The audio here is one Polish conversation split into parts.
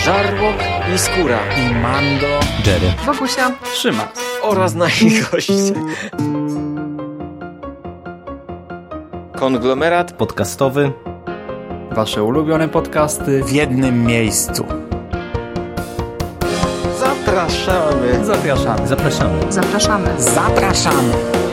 Żarłok i Skóra i Mando, Jerry, Bogusia, Szymas oraz nasi goście. Konglomerat podcastowy. Wasze ulubione podcasty w jednym miejscu. Zapraszamy. Zapraszamy. Zapraszamy. zapraszamy. Zapraszamy.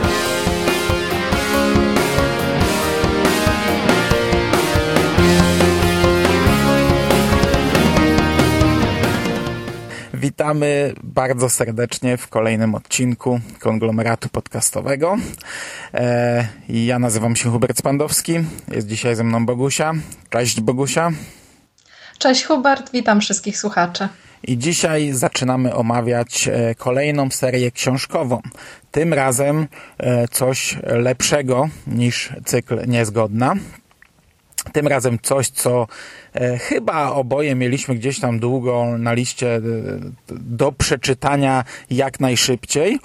Witamy bardzo serdecznie w kolejnym odcinku Konglomeratu Podcastowego. Ja nazywam się Hubert Spandowski. Jest dzisiaj ze mną Bogusia. Cześć Bogusia. Cześć Hubert, witam wszystkich słuchaczy. I dzisiaj zaczynamy omawiać kolejną serię książkową. Tym razem coś lepszego niż cykl Niezgodna. Tym razem coś, co chyba oboje mieliśmy gdzieś tam długo na liście do przeczytania jak najszybciej.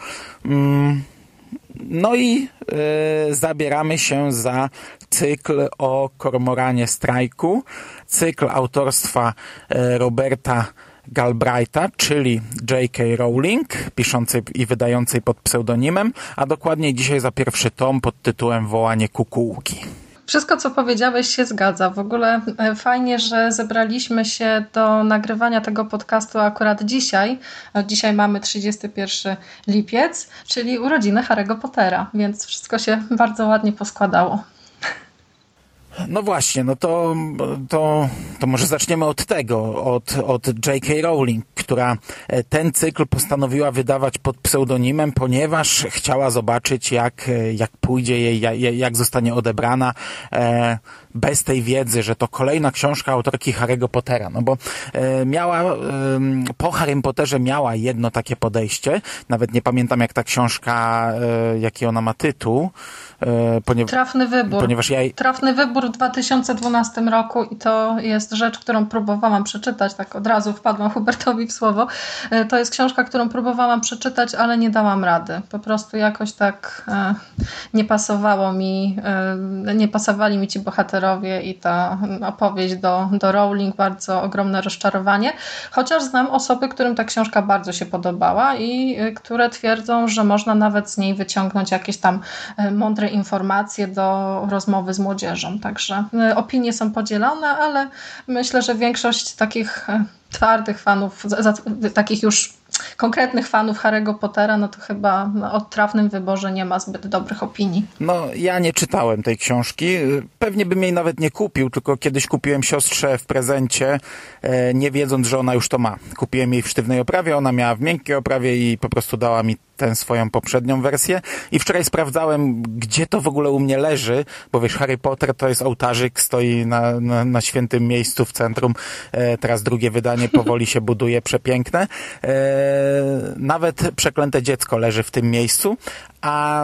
No i zabieramy się za cykl o Kormoranie Strajku, cykl autorstwa Roberta Galbraitha, czyli J.K. Rowling, piszącej i wydającej pod pseudonimem, a dokładniej dzisiaj za pierwszy tom pod tytułem Wołanie kukułki. Wszystko, co powiedziałeś, się zgadza. W ogóle fajnie, że zebraliśmy się do nagrywania tego podcastu akurat dzisiaj. Dzisiaj mamy 31 lipiec, czyli urodziny Harry'ego Pottera, więc wszystko się bardzo ładnie poskładało. No właśnie, no to może zaczniemy od tego, od J.K. Rowling, która ten cykl postanowiła wydawać pod pseudonimem, ponieważ chciała zobaczyć, jak pójdzie jej, jak zostanie odebrana, bez tej wiedzy, że to kolejna książka autorki Harry'ego Pottera, no bo po Harrym Potterze miała jedno takie podejście, nawet nie pamiętam jak ta książka, jaki ona ma tytuł, Trafny wybór. Ponieważ Trafny wybór w 2012 roku i to jest rzecz, którą próbowałam przeczytać, tak od razu wpadłam Hubertowi w słowo. To jest książka, którą próbowałam przeczytać, ale nie dałam rady. Po prostu jakoś tak nie pasowali mi ci bohaterowie i ta opowieść do Rowling, bardzo ogromne rozczarowanie. Chociaż znam osoby, którym ta książka bardzo się podobała i które twierdzą, że można nawet z niej wyciągnąć jakieś tam mądre informacje do rozmowy z młodzieżą. Także opinie są podzielone, ale myślę, że większość takich twardych fanów, takich już konkretnych fanów Harry'ego Pottera, no to chyba o Trafnym Wyborze nie ma zbyt dobrych opinii. No, ja nie czytałem tej książki. Pewnie bym jej nawet nie kupił, tylko kiedyś kupiłem siostrze w prezencie, nie wiedząc, że ona już to ma. Kupiłem jej w sztywnej oprawie, ona miała w miękkiej oprawie i po prostu dała mi tę swoją poprzednią wersję. I wczoraj sprawdzałem, gdzie to w ogóle u mnie leży, bo wiesz, Harry Potter to jest ołtarzyk, stoi na świętym miejscu w centrum. Teraz drugie wydanie powoli się buduje, przepiękne. Nawet Przeklęte dziecko leży w tym miejscu, a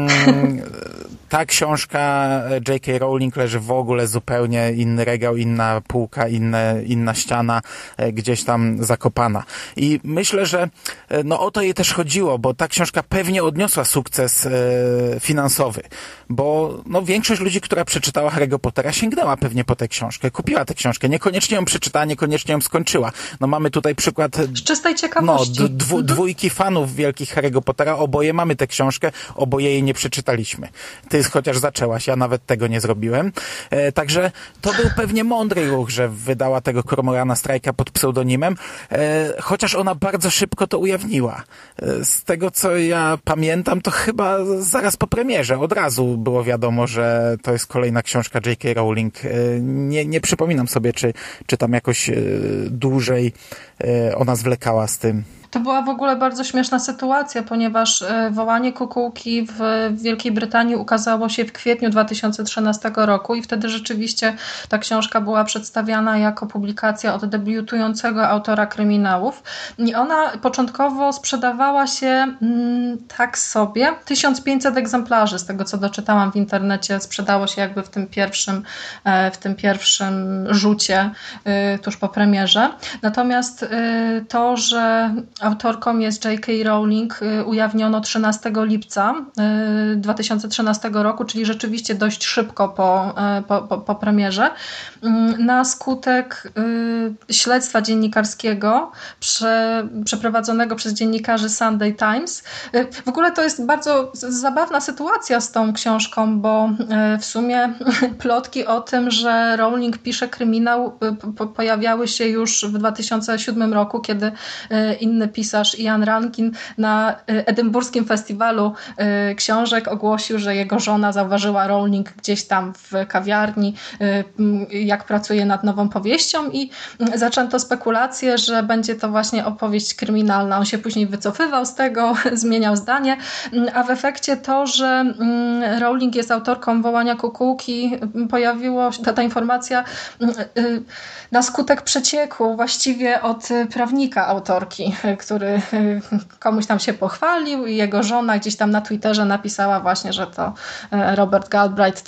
ta książka J.K. Rowling leży w ogóle zupełnie inny regał, inna półka, inna ściana, gdzieś tam zakopana. I myślę, że no o to jej też chodziło, bo ta książka pewnie odniosła sukces finansowy, bo no większość ludzi, która przeczytała Harry'ego Pottera, sięgnęła pewnie po tę książkę, kupiła tę książkę, niekoniecznie ją przeczytała, niekoniecznie ją skończyła. No mamy tutaj przykład z czystej ciekawości. Dwójki fanów wielkich Harry'ego Pottera, oboje mamy tę książkę, oboje jej nie przeczytaliśmy. Ty chociaż zaczęłaś, ja nawet tego nie zrobiłem. Także to był pewnie mądry ruch, że wydała tego Kormorana Strajka pod pseudonimem, chociaż ona bardzo szybko to ujawniła. Z tego, co ja pamiętam, to chyba zaraz po premierze od razu było wiadomo, że to jest kolejna książka J.K. Rowling. Nie przypominam sobie, czy tam jakoś dłużej ona zwlekała z tym. To była w ogóle bardzo śmieszna sytuacja, ponieważ Wołanie kukułki w Wielkiej Brytanii ukazało się w kwietniu 2013 roku i wtedy rzeczywiście ta książka była przedstawiana jako publikacja od debiutującego autora kryminałów i ona początkowo sprzedawała się tak sobie 1500 egzemplarzy, z tego co doczytałam w internecie, sprzedało się jakby w tym pierwszym rzucie tuż po premierze. Natomiast to, że autorką jest J.K. Rowling, ujawniono 13 lipca 2013 roku, czyli rzeczywiście dość szybko po premierze, na skutek śledztwa dziennikarskiego przeprowadzonego przez dziennikarzy Sunday Times. W ogóle to jest bardzo zabawna sytuacja z tą książką, bo w sumie plotki o tym, że Rowling pisze kryminał, pojawiały się już w 2007 roku, kiedy inny pisarz Ian Rankin na edynburskim festiwalu książek ogłosił, że jego żona zauważyła Rowling gdzieś tam w kawiarni, jak pracuje nad nową powieścią, i zaczęto spekulacje, że będzie to właśnie opowieść kryminalna. On się później wycofywał z tego, zmieniał zdanie, a w efekcie to, że Rowling jest autorką Wołania Kukułki, pojawiła się ta informacja na skutek przecieku właściwie od prawnika autorki, który komuś tam się pochwalił, i jego żona gdzieś tam na Twitterze napisała właśnie, że to Robert Galbraith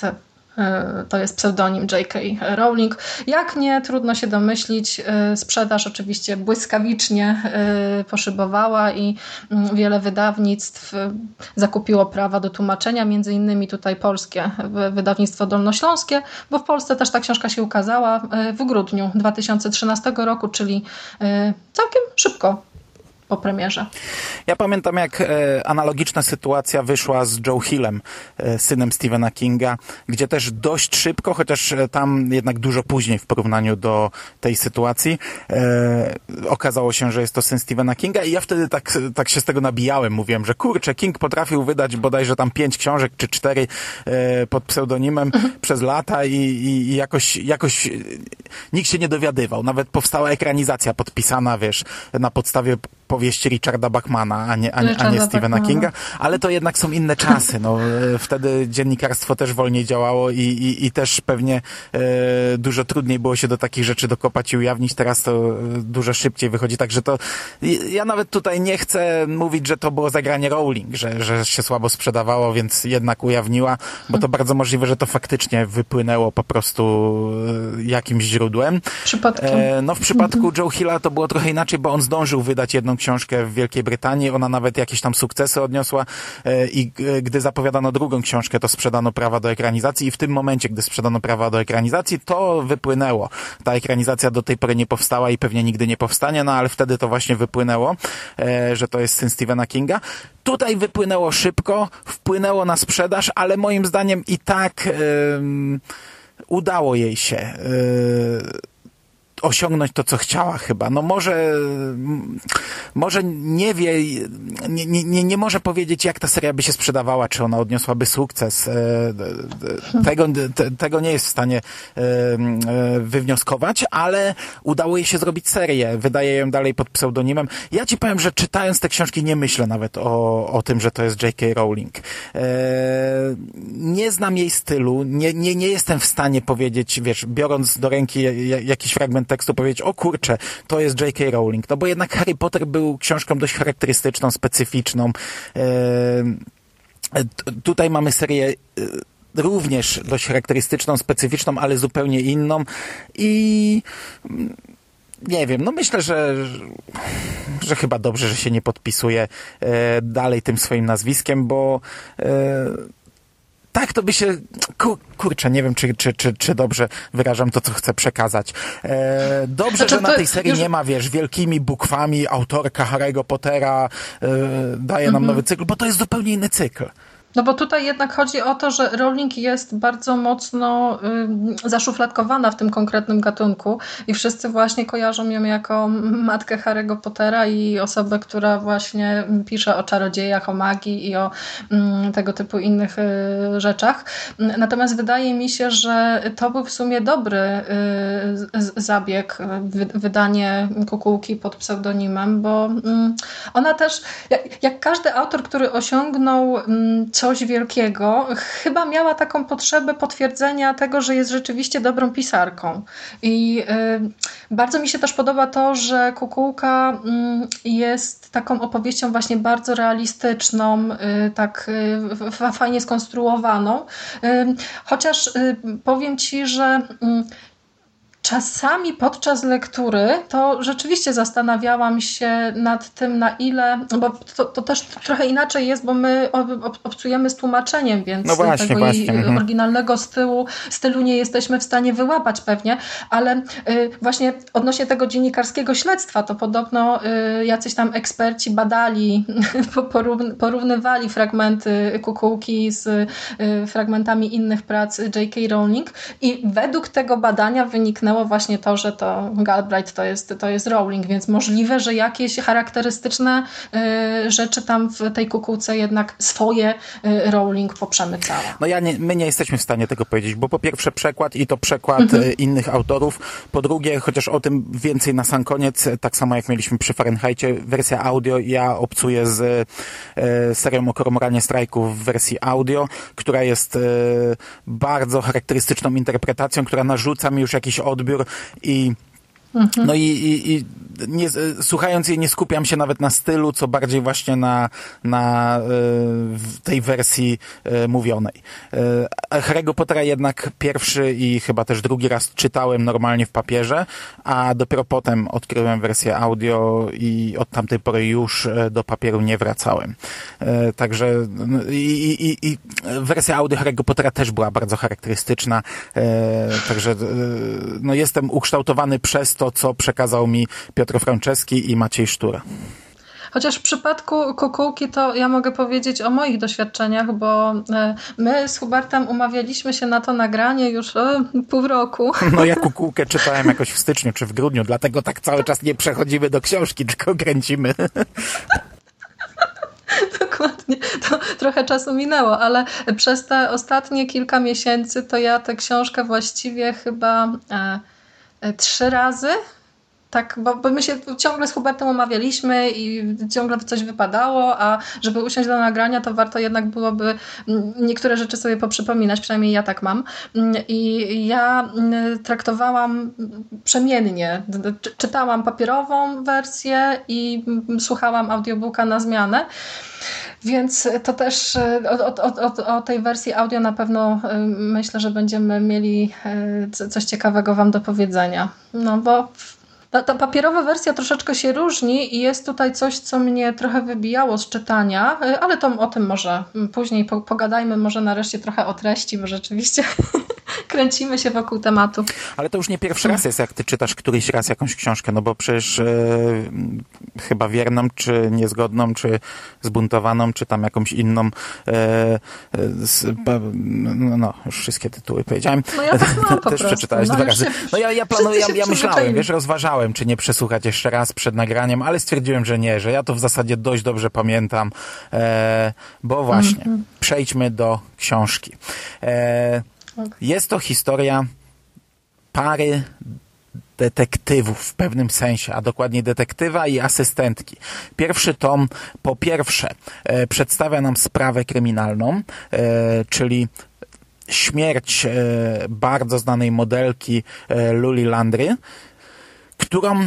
to jest pseudonim J.K. Rowling. Jak nie, trudno się domyślić. Sprzedaż oczywiście błyskawicznie poszybowała i wiele wydawnictw zakupiło prawa do tłumaczenia, między innymi tutaj polskie wydawnictwo dolnośląskie, bo w Polsce też ta książka się ukazała w grudniu 2013 roku, czyli całkiem szybko po premierze. Ja pamiętam, jak analogiczna sytuacja wyszła z Joe Hillem, synem Stephena Kinga, gdzie też dość szybko, chociaż tam jednak dużo później w porównaniu do tej sytuacji, okazało się, że jest to syn Stephena Kinga, i ja wtedy tak się z tego nabijałem. Mówiłem, że kurczę, King potrafił wydać bodajże tam 5 książek czy 4 pod pseudonimem przez lata i jakoś nikt się nie dowiadywał. Nawet powstała ekranizacja podpisana, wiesz, na podstawie powieści Richarda Bachmana, a nie Stephena Kinga, ale to jednak są inne czasy. No, wtedy dziennikarstwo też wolniej działało i też pewnie dużo trudniej było się do takich rzeczy dokopać i ujawnić. Teraz to dużo szybciej wychodzi, także to ja nawet tutaj nie chcę mówić, że to było zagranie Rowling, że się słabo sprzedawało, więc jednak ujawniła, bo to bardzo możliwe, że to faktycznie wypłynęło po prostu jakimś źródłem. Przypadkiem. No w przypadku Joe Hilla to było trochę inaczej, bo on zdążył wydać jedną książkę w Wielkiej Brytanii, ona nawet jakieś tam sukcesy odniosła i gdy zapowiadano drugą książkę, to sprzedano prawa do ekranizacji, i w tym momencie, gdy sprzedano prawa do ekranizacji, to wypłynęło. Ta ekranizacja do tej pory nie powstała i pewnie nigdy nie powstanie, no ale wtedy to właśnie wypłynęło, że to jest syn Stephena Kinga. Tutaj wypłynęło szybko, wpłynęło na sprzedaż, ale moim zdaniem i tak udało jej się osiągnąć to, co chciała chyba. No może nie wie, nie może powiedzieć, jak ta seria by się sprzedawała, czy ona odniosłaby sukces. Tego nie jest w stanie wywnioskować, ale udało jej się zrobić serię. Wydaje ją dalej pod pseudonimem. Ja ci powiem, że czytając te książki nie myślę nawet o tym, że to jest J.K. Rowling. Nie znam jej stylu, nie jestem w stanie powiedzieć, wiesz, biorąc do ręki jakiś fragment tekstu, powiedzieć, o kurczę, to jest J.K. Rowling. No bo jednak Harry Potter był książką dość charakterystyczną, specyficzną. Tutaj mamy serię również dość charakterystyczną, specyficzną, ale zupełnie inną i nie wiem, no myślę, że chyba dobrze, że się nie podpisuje dalej tym swoim nazwiskiem, bo tak to by się... Kurczę, nie wiem, czy dobrze wyrażam to, co chcę przekazać. Dobrze, że na tej serii nie ma, wiesz, wielkimi bukwami autorka Harry'ego Pottera daje nam nowy cykl, bo to jest zupełnie inny cykl. No bo tutaj jednak chodzi o to, że Rowling jest bardzo mocno zaszufladkowana w tym konkretnym gatunku i wszyscy właśnie kojarzą ją jako matkę Harry'ego Pottera i osobę, która właśnie pisze o czarodziejach, o magii i o tego typu innych rzeczach. Natomiast wydaje mi się, że to był w sumie dobry zabieg, wydanie Kukułki pod pseudonimem, bo ona też, jak każdy autor, który osiągnął coś wielkiego, chyba miała taką potrzebę potwierdzenia tego, że jest rzeczywiście dobrą pisarką. I bardzo mi się też podoba to, że Kukułka jest taką opowieścią właśnie bardzo realistyczną, tak fajnie skonstruowaną. Chociaż powiem ci, że czasami podczas lektury to rzeczywiście zastanawiałam się nad tym, na ile, bo to też trochę inaczej jest, bo my obcujemy z tłumaczeniem, więc tego oryginalnego stylu nie jesteśmy w stanie wyłapać pewnie, ale właśnie odnośnie tego dziennikarskiego śledztwa, to podobno jacyś tam eksperci badali, porównywali fragmenty Kukułki z fragmentami innych prac J.K. Rowling i według tego badania wyniknęło właśnie to, że to Galbraith to jest Rowling, więc możliwe, że jakieś charakterystyczne rzeczy tam w tej Kukułce jednak swoje Rowling poprzemycała. No my nie jesteśmy w stanie tego powiedzieć, bo po pierwsze przekład i to przekład innych autorów, po drugie, chociaż o tym więcej na sam koniec, tak samo jak mieliśmy przy Fahrenheicie, wersja audio, ja obcuję z serią o Kormoranie Strajku w wersji audio, która jest bardzo charakterystyczną interpretacją, która narzuca mi już jakiś odbiór i no i nie, słuchając jej nie skupiam się nawet na stylu, co bardziej właśnie na tej wersji mówionej. Harry'ego Pottera jednak pierwszy i chyba też drugi raz czytałem normalnie w papierze, a dopiero potem odkryłem wersję audio i od tamtej pory już do papieru nie wracałem. Także i wersja audio Harry'ego Pottera też była bardzo charakterystyczna, także no jestem ukształtowany przez to, co przekazał mi Piotr Franceski i Maciej Sztura. Chociaż w przypadku Kukułki to ja mogę powiedzieć o moich doświadczeniach, bo my z Hubertem umawialiśmy się na to nagranie już pół roku. No ja Kukułkę czytałem jakoś w styczniu czy w grudniu, dlatego tak cały czas nie przechodzimy do książki, tylko kręcimy. Dokładnie. To trochę czasu minęło, ale przez te ostatnie kilka miesięcy to ja tę książkę właściwie chyba 3 razy. Tak, bo my się ciągle z Hubertem umawialiśmy i ciągle coś wypadało, a żeby usiąść do nagrania, to warto jednak byłoby niektóre rzeczy sobie poprzypominać, przynajmniej ja tak mam. I ja traktowałam przemiennie. Czytałam papierową wersję i słuchałam audiobooka na zmianę. Więc to też o tej wersji audio na pewno myślę, że będziemy mieli coś ciekawego wam do powiedzenia. No bo ta papierowa wersja troszeczkę się różni i jest tutaj coś, co mnie trochę wybijało z czytania, ale to o tym może później pogadajmy, może nareszcie trochę o treści, bo rzeczywiście kręcimy się wokół tematu. Ale to już nie pierwszy raz jest, jak ty czytasz któryś raz jakąś książkę, no bo przecież chyba Wierną, czy Niezgodną, czy Zbuntowaną, czy tam jakąś inną no już wszystkie tytuły powiedziałem. No ja tak mam też przeczytałeś 2 razy. No ja planuję, ja myślałem, wiesz, rozważałem, czy nie przesłuchać jeszcze raz przed nagraniem, ale stwierdziłem, że nie, że ja to w zasadzie dość dobrze pamiętam, bo właśnie, przejdźmy do książki. Jest to historia pary detektywów w pewnym sensie, a dokładniej detektywa i asystentki. Pierwszy tom, po pierwsze, przedstawia nam sprawę kryminalną, czyli śmierć bardzo znanej modelki Luli Landry, którą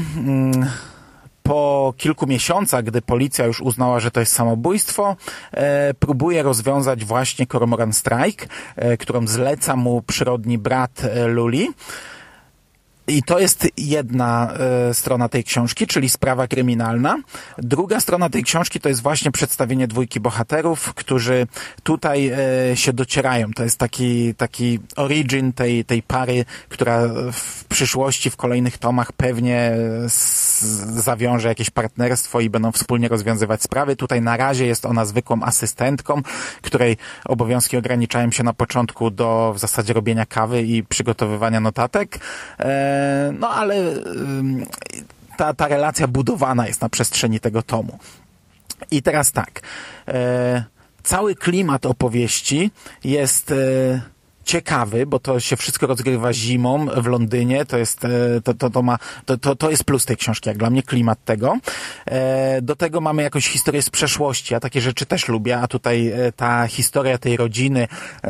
po kilku miesiącach, gdy policja już uznała, że to jest samobójstwo, próbuje rozwiązać właśnie Cormoran Strike, którą zleca mu przyrodni brat Luli. I to jest jedna strona tej książki, czyli sprawa kryminalna. Druga strona tej książki to jest właśnie przedstawienie 2 bohaterów, którzy tutaj się docierają. To jest taki origin tej pary, która w przyszłości, w kolejnych tomach pewnie zawiąże jakieś partnerstwo i będą wspólnie rozwiązywać sprawy. Tutaj na razie jest ona zwykłą asystentką, której obowiązki ograniczają się na początku do w zasadzie robienia kawy i przygotowywania notatek. No ale ta relacja budowana jest na przestrzeni tego tomu. I teraz tak, cały klimat opowieści jest ciekawy, bo to się wszystko rozgrywa zimą w Londynie, to jest plus tej książki, jak dla mnie, klimat tego. Do tego mamy jakąś historię z przeszłości, ja takie rzeczy też lubię, a tutaj ta historia tej rodziny,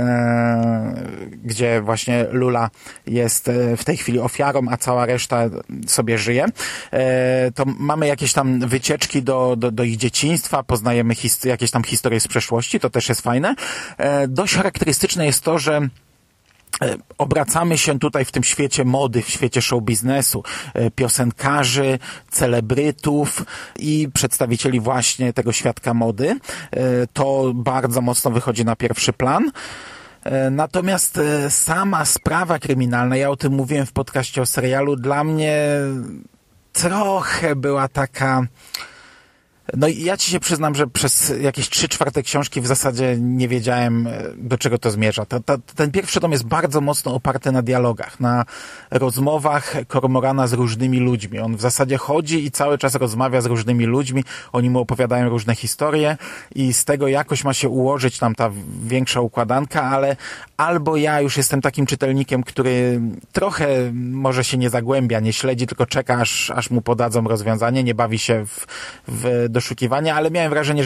gdzie właśnie Lula jest w tej chwili ofiarą, a cała reszta sobie żyje, to mamy jakieś tam wycieczki do ich dzieciństwa, poznajemy jakieś tam historie z przeszłości, to też jest fajne. Dość charakterystyczne jest to, że obracamy się tutaj w tym świecie mody, w świecie show biznesu, piosenkarzy, celebrytów i przedstawicieli właśnie tego świadka mody. To bardzo mocno wychodzi na pierwszy plan. Natomiast sama sprawa kryminalna, ja o tym mówiłem w podcaście o serialu, dla mnie trochę była taka... No i ja ci się przyznam, że przez jakieś 3/4 książki w zasadzie nie wiedziałem, do czego to zmierza. Ten pierwszy tom jest bardzo mocno oparty na dialogach, na rozmowach Cormorana z różnymi ludźmi. On w zasadzie chodzi i cały czas rozmawia z różnymi ludźmi, oni mu opowiadają różne historie i z tego jakoś ma się ułożyć tam ta większa układanka, ale albo ja już jestem takim czytelnikiem, który trochę może się nie zagłębia, nie śledzi, tylko czeka, aż mu podadzą rozwiązanie, nie bawi się w doszukiwania, ale miałem wrażenie,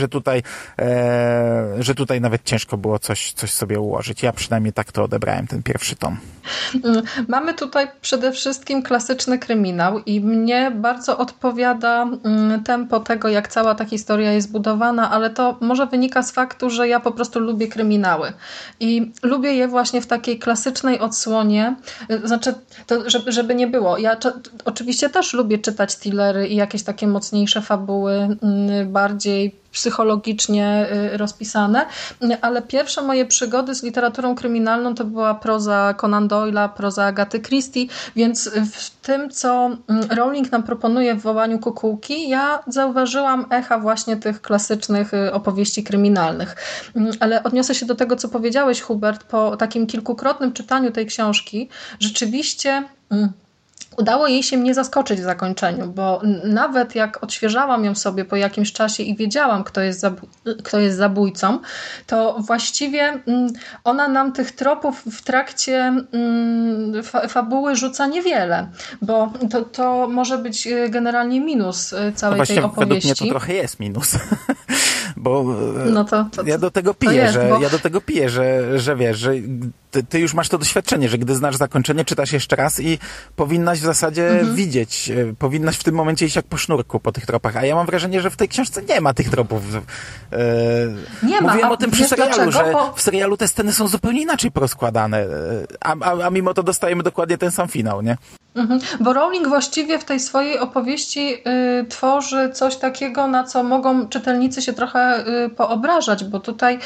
że tutaj nawet ciężko było coś sobie ułożyć. Ja przynajmniej tak to odebrałem, ten pierwszy tom. Mamy tutaj przede wszystkim klasyczny kryminał i mnie bardzo odpowiada tempo tego, jak cała ta historia jest budowana, ale to może wynika z faktu, że ja po prostu lubię kryminały i lubię je właśnie w takiej klasycznej odsłonie, znaczy, to, żeby nie było. Ja oczywiście też lubię czytać thrillery i jakieś takie mocniejsze fabuły, bardziej psychologicznie rozpisane, ale pierwsze moje przygody z literaturą kryminalną to była proza Conan Doyle'a, proza Agaty Christie, więc w tym, co Rowling nam proponuje w Wołaniu Kukułki, ja zauważyłam echa właśnie tych klasycznych opowieści kryminalnych. Ale odniosę się do tego, co powiedziałeś, Hubert, po takim kilkukrotnym czytaniu tej książki, rzeczywiście udało jej się mnie zaskoczyć w zakończeniu, bo nawet jak odświeżałam ją sobie po jakimś czasie i wiedziałam, kto jest zabójcą, to właściwie ona nam tych tropów w trakcie fabuły rzuca niewiele, bo to może być generalnie minus całej tej opowieści. Według mnie to trochę jest minus. Bo no ja do tego piję, że wiesz, że ty już masz to doświadczenie, że gdy znasz zakończenie, czytasz jeszcze raz i powinnaś w zasadzie widzieć, powinnaś w tym momencie iść jak po sznurku po tych tropach, a ja mam wrażenie, że w tej książce nie ma tych tropów. Nie ma. Mówiłem o tym przy serialu, że w serialu te sceny są zupełnie inaczej porozkładane, a mimo to dostajemy dokładnie ten sam finał, nie? Bo Rowling właściwie w tej swojej opowieści tworzy coś takiego, na co mogą czytelnicy się trochę poobrażać, bo tutaj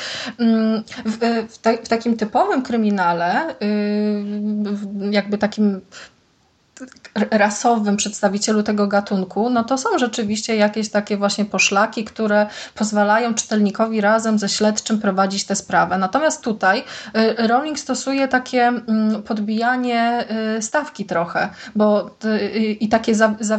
w takim typowym kryminale, jakby takim rasowym przedstawicielu tego gatunku, no to są rzeczywiście jakieś takie właśnie poszlaki, które pozwalają czytelnikowi razem ze śledczym prowadzić tę sprawę. Natomiast tutaj Rowling stosuje takie podbijanie stawki trochę, bo i takie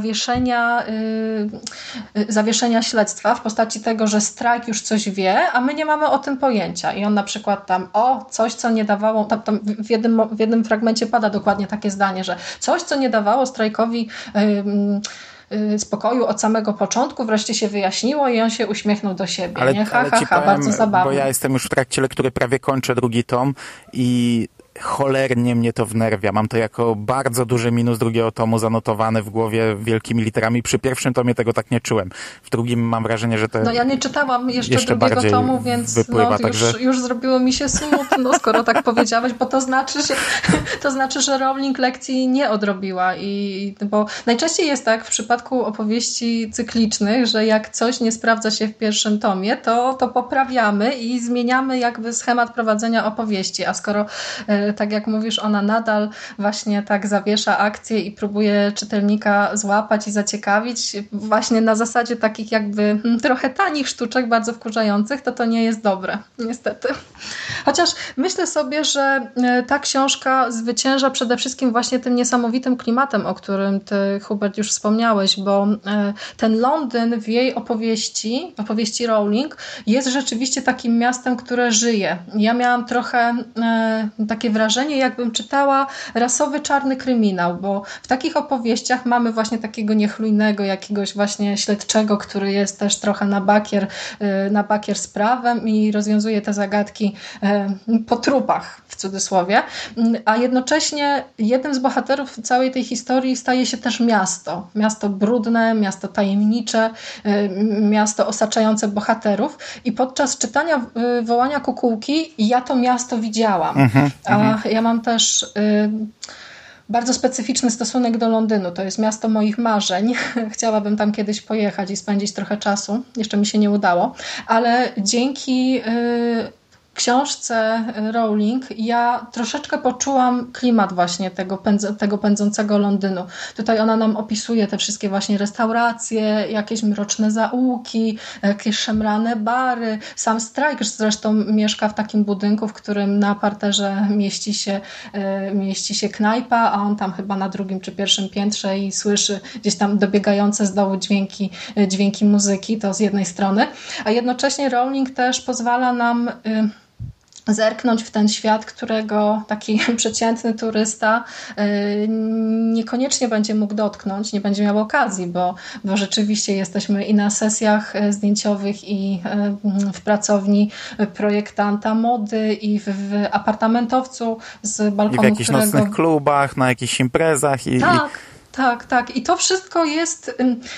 zawieszenia śledztwa w postaci tego, że strajk już coś wie, a my nie mamy o tym pojęcia. I on na przykład coś, co nie dawało, tam w jednym fragmencie pada dokładnie takie zdanie, że coś, co nie dawało strajkowi spokoju od samego początku, wreszcie się wyjaśniło i on się uśmiechnął do siebie. Ale powiem, bardzo zabawne. Bo ja jestem już w trakcie lektury, prawie kończę drugi tom i cholernie mnie to wnerwia. Mam to jako bardzo duży minus drugiego tomu zanotowane w głowie wielkimi literami. Przy pierwszym tomie tego tak nie czułem. W drugim mam wrażenie, że to ja nie czytałam jeszcze drugiego tomu, więc wypływa, także już zrobiło mi się smutno, skoro tak powiedziałeś, bo to znaczy, że Rowling lekcji nie odrobiła. Bo najczęściej jest tak w przypadku opowieści cyklicznych, że jak coś nie sprawdza się w pierwszym tomie, to poprawiamy i zmieniamy jakby schemat prowadzenia opowieści, a skoro tak jak mówisz, ona nadal właśnie tak zawiesza akcję i próbuje czytelnika złapać i zaciekawić właśnie na zasadzie takich jakby trochę tanich sztuczek, bardzo wkurzających, to nie jest dobre, niestety. Chociaż myślę sobie, że ta książka zwycięża przede wszystkim właśnie tym niesamowitym klimatem, o którym ty, Hubert, już wspomniałeś, bo ten Londyn w jej opowieści Rowling jest rzeczywiście takim miastem, które żyje. Ja miałam trochę takie wrażenie, jakbym czytała rasowy czarny kryminał, bo w takich opowieściach mamy właśnie takiego niechlujnego jakiegoś właśnie śledczego, który jest też trochę na bakier z prawem i rozwiązuje te zagadki po trupach, w cudzysłowie, a jednocześnie jednym z bohaterów całej tej historii staje się też miasto. Miasto brudne, miasto tajemnicze, miasto osaczające bohaterów i podczas czytania Wołania Kukułki ja to miasto widziałam. A A ja mam też bardzo specyficzny stosunek do Londynu. To jest miasto moich marzeń. Chciałabym tam kiedyś pojechać i spędzić trochę czasu. Jeszcze mi się nie udało, ale dzięki książce Rowling ja troszeczkę poczułam klimat właśnie tego pędzącego Londynu. Tutaj ona nam opisuje te wszystkie właśnie restauracje, jakieś mroczne zaułki, jakieś szemrane bary. Sam Strike zresztą mieszka w takim budynku, w którym na parterze mieści się knajpa, a on tam chyba na drugim czy pierwszym piętrze i słyszy gdzieś tam dobiegające z dołu dźwięki muzyki, to z jednej strony, a jednocześnie Rowling też pozwala nam zerknąć w ten świat, którego taki przeciętny turysta niekoniecznie będzie mógł dotknąć, nie będzie miał okazji, bo rzeczywiście jesteśmy i na sesjach zdjęciowych, i w pracowni projektanta mody, i w apartamentowcu z balkonu, i w jakichś nocnych klubach, na jakichś imprezach. Tak. I to wszystko jest...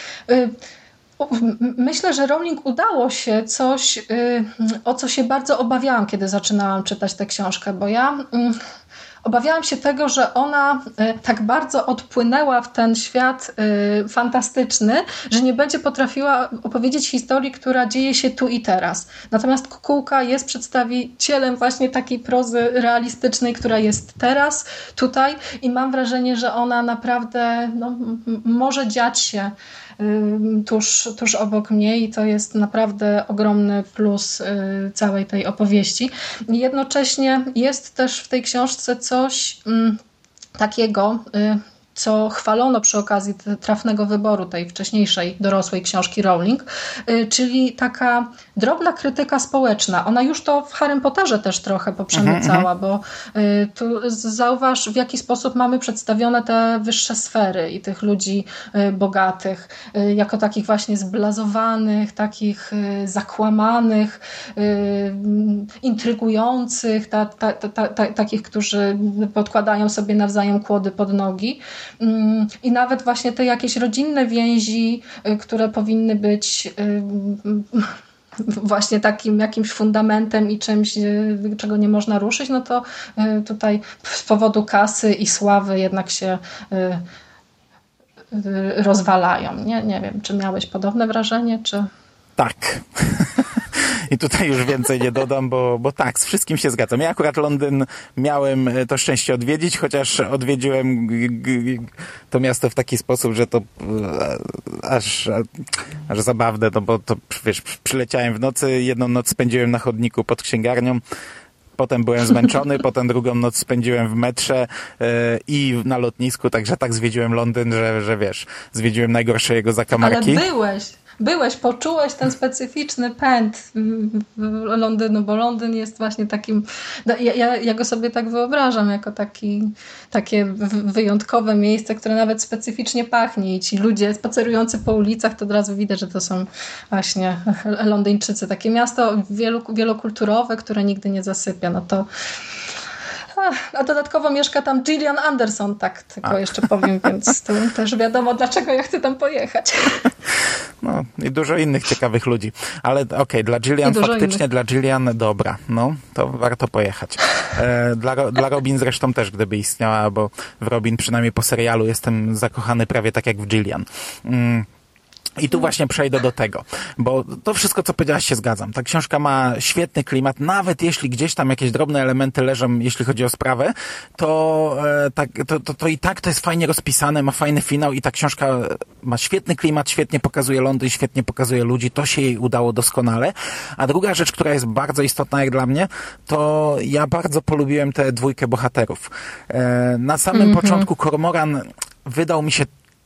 Myślę, że Rowling udało się coś, o co się bardzo obawiałam, kiedy zaczynałam czytać tę książkę, bo ja obawiałam się tego, że ona tak bardzo odpłynęła w ten świat fantastyczny, że nie będzie potrafiła opowiedzieć historii, która dzieje się tu i teraz. Natomiast Kukułka jest przedstawicielem właśnie takiej prozy realistycznej, która jest teraz, tutaj, i mam wrażenie, że ona naprawdę może dziać się tuż obok mnie i to jest naprawdę ogromny plus całej tej opowieści. Jednocześnie jest też w tej książce coś takiego, co chwalono przy okazji trafnego wyboru tej wcześniejszej dorosłej książki Rowling, czyli taka drobna krytyka społeczna. Ona już to w Harrym Potterze też trochę poprzemycała, bo tu zauważ, w jaki sposób mamy przedstawione te wyższe sfery i tych ludzi bogatych, jako takich właśnie zblazowanych, takich zakłamanych, intrygujących, takich, którzy podkładają sobie nawzajem kłody pod nogi. I nawet właśnie te jakieś rodzinne więzi, które powinny być właśnie takim jakimś fundamentem i czymś, czego nie można ruszyć, no to tutaj z powodu kasy i sławy jednak się rozwalają. Nie wiem, czy miałeś podobne wrażenie, czy... Tak. I tutaj już więcej nie dodam, bo tak, z wszystkim się zgadzam. Ja akurat Londyn miałem to szczęście odwiedzić, chociaż odwiedziłem to miasto w taki sposób, że to aż zabawne, no bo to, wiesz, przyleciałem w nocy, jedną noc spędziłem na chodniku pod księgarnią, potem byłem zmęczony, potem drugą noc spędziłem w metrze i na lotnisku, także tak zwiedziłem Londyn, że wiesz, zwiedziłem najgorsze jego zakamarki. Ale poczułeś ten specyficzny pęd Londynu, bo Londyn jest właśnie takim, ja go sobie tak wyobrażam, jako takie wyjątkowe miejsce, które nawet specyficznie pachnie i ci ludzie spacerujący po ulicach, to od razu widać, że to są właśnie Londyńczycy. Takie miasto wielokulturowe, które nigdy nie zasypia, no to... A dodatkowo mieszka tam Gillian Anderson, tak tylko jeszcze powiem, więc to też wiadomo, dlaczego ja chcę tam pojechać. No i dużo innych ciekawych ludzi. Ale okej, dla Gillian faktycznie, dla Gillian dobra, no to warto pojechać. Dla Robin zresztą też, gdyby istniała, bo w Robin przynajmniej po serialu jestem zakochany prawie tak jak w Gillian. I tu właśnie przejdę do tego, bo to wszystko, co powiedziałaś, się zgadzam. Ta książka ma świetny klimat, nawet jeśli gdzieś tam jakieś drobne elementy leżą, jeśli chodzi o sprawę, to i tak to jest fajnie rozpisane, ma fajny finał i ta książka ma świetny klimat, świetnie pokazuje Londyn, świetnie pokazuje ludzi, to się jej udało doskonale. A druga rzecz, która jest bardzo istotna jak dla mnie, to ja bardzo polubiłem tę dwójkę bohaterów. Na samym początku Cormoran wydał mi się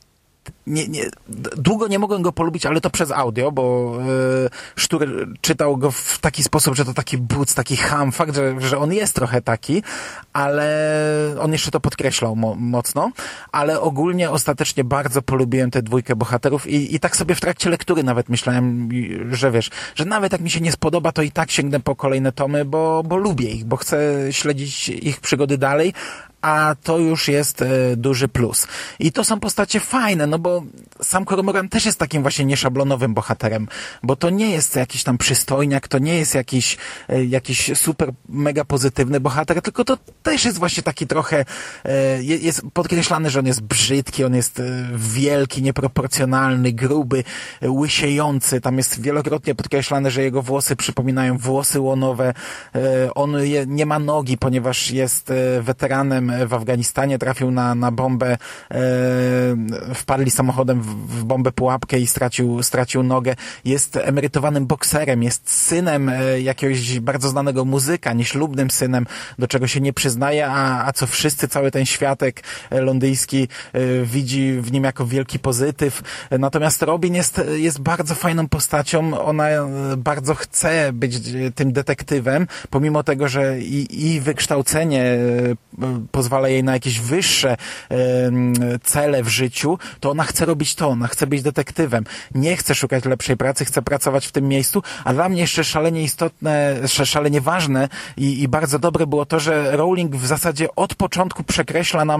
długo nie mogłem go polubić, ale to przez audio, bo Sztur czytał go w taki sposób, że to taki buc, taki ham, fakt, że on jest trochę taki, ale on jeszcze to podkreślał mocno, ale ogólnie ostatecznie bardzo polubiłem tę dwójkę bohaterów i tak sobie w trakcie lektury nawet myślałem, że wiesz, że nawet jak mi się nie spodoba, to i tak sięgnę po kolejne tomy, bo lubię ich, bo chcę śledzić ich przygody dalej, a to już jest duży plus. I to są postacie fajne, no bo sam Cormoran też jest takim właśnie nieszablonowym bohaterem, bo to nie jest jakiś tam przystojniak, to nie jest jakiś super mega pozytywny bohater, tylko to też jest właśnie taki trochę, jest podkreślany, że on jest brzydki, on jest wielki, nieproporcjonalny, gruby, łysiejący, tam jest wielokrotnie podkreślane, że jego włosy przypominają włosy łonowe, on nie ma nogi, ponieważ jest weteranem w Afganistanie, trafił na bombę, wpadli samochodem w bombę pułapkę i stracił nogę, jest emerytowanym bokserem, jest synem jakiegoś bardzo znanego muzyka, nieślubnym synem, do czego się nie przyznaje, a co wszyscy, cały ten światek londyński widzi w nim jako wielki pozytyw. Natomiast Robin jest bardzo fajną postacią, ona bardzo chce być tym detektywem, pomimo tego, że i wykształcenie pozwala jej na jakieś wyższe cele w życiu, to ona chce robić to, ona chce być detektywem. Nie chce szukać lepszej pracy, chce pracować w tym miejscu, a dla mnie jeszcze szalenie istotne, szalenie ważne i bardzo dobre było to, że Rowling w zasadzie od początku przekreśla nam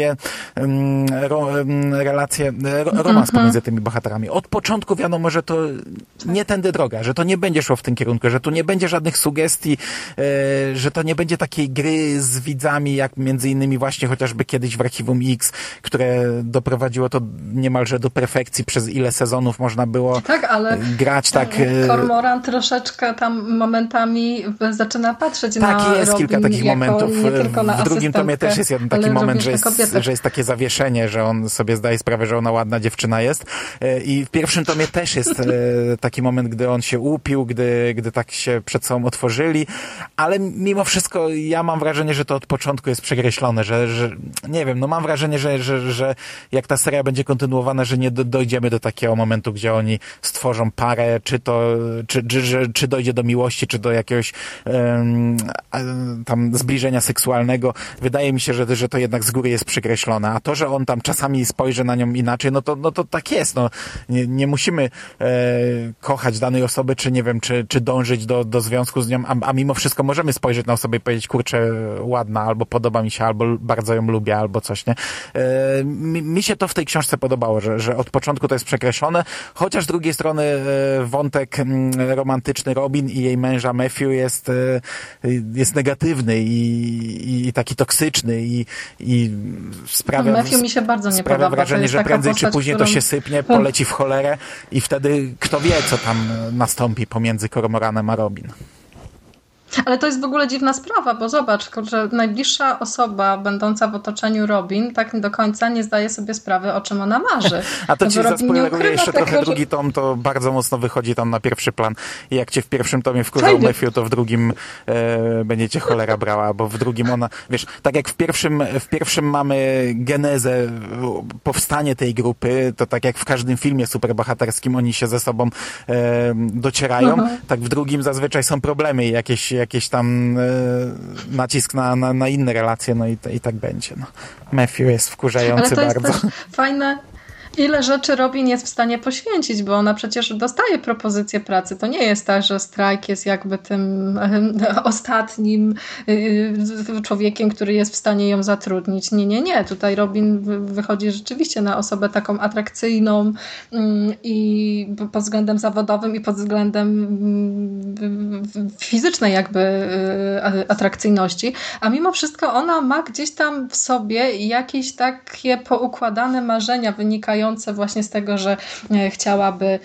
romans pomiędzy tymi bohaterami. Od początku wiadomo, że to nie tędy droga, że to nie będzie szło w tym kierunku, że tu nie będzie żadnych sugestii, że to nie będzie takiej gry z widzami, jak między innymi właśnie chociażby kiedyś w Archiwum X, które doprowadziło to niemalże do perfekcji, przez ile sezonów można było grać tak. Cormoran troszeczkę tam momentami zaczyna patrzeć na Tak, jest Robin kilka takich momentów. W drugim tomie też jest jeden taki moment, że jest takie zawieszenie, że on sobie zdaje sprawę, że ona ładna dziewczyna jest. I w pierwszym tomie też jest taki moment, gdy on się upił, gdy tak się przed sobą otworzyli, ale mimo wszystko ja mam wrażenie, że to od początku jest przekreślone, że nie wiem, no mam wrażenie, że jak ta seria będzie kontynuowana, że nie dojdziemy do takiego momentu, gdzie oni stworzą parę, czy dojdzie do miłości, czy do jakiegoś tam zbliżenia seksualnego. Wydaje mi się, że to jednak z góry jest przekreślone, a to, że on tam czasami spojrzy na nią inaczej, no to tak jest, no. Nie musimy kochać danej osoby, czy nie wiem, czy dążyć do związku z nią, a mimo wszystko możemy spojrzeć na osobę i powiedzieć, kurczę, ładna, albo podoba mi się, albo bardzo ją lubię, albo coś, nie? Mi się to w tej książce podobało, że od początku to jest przekreślone, chociaż z drugiej strony wątek romantyczny Robin i jej męża Matthew jest negatywny i taki toksyczny i sprawia Matthew mi się bardzo nie podoba. wrażenie, że prędzej czy później to się sypnie, poleci w cholerę i wtedy kto wie, co tam nastąpi pomiędzy Cormoranem a Robin. Ale to jest w ogóle dziwna sprawa, bo zobacz, że najbliższa osoba będąca w otoczeniu Robin tak do końca nie zdaje sobie sprawy, o czym ona marzy. A to ci zaspoileruję jeszcze tego, trochę drugi tom, to bardzo mocno wychodzi tam na pierwszy plan. I jak cię w pierwszym tomie wkurzał Matthew, to w drugim będzie cię cholera brała, bo w drugim ona, wiesz, tak jak w pierwszym mamy genezę, powstanie tej grupy, to tak jak w każdym filmie superbohaterskim oni się ze sobą docierają, tak w drugim zazwyczaj są problemy i jakieś tam nacisk na inne relacje, no i tak będzie. No. Matthew jest wkurzający bardzo. Ale to jest też fajne, ile rzeczy Robin jest w stanie poświęcić, bo ona przecież dostaje propozycję pracy. To nie jest tak, że strajk jest jakby tym ostatnim człowiekiem, który jest w stanie ją zatrudnić. Nie. Tutaj Robin wychodzi rzeczywiście na osobę taką atrakcyjną i pod względem zawodowym i pod względem fizycznej jakby atrakcyjności, a mimo wszystko ona ma gdzieś tam w sobie jakieś takie poukładane marzenia wynikające właśnie z tego, że chciałaby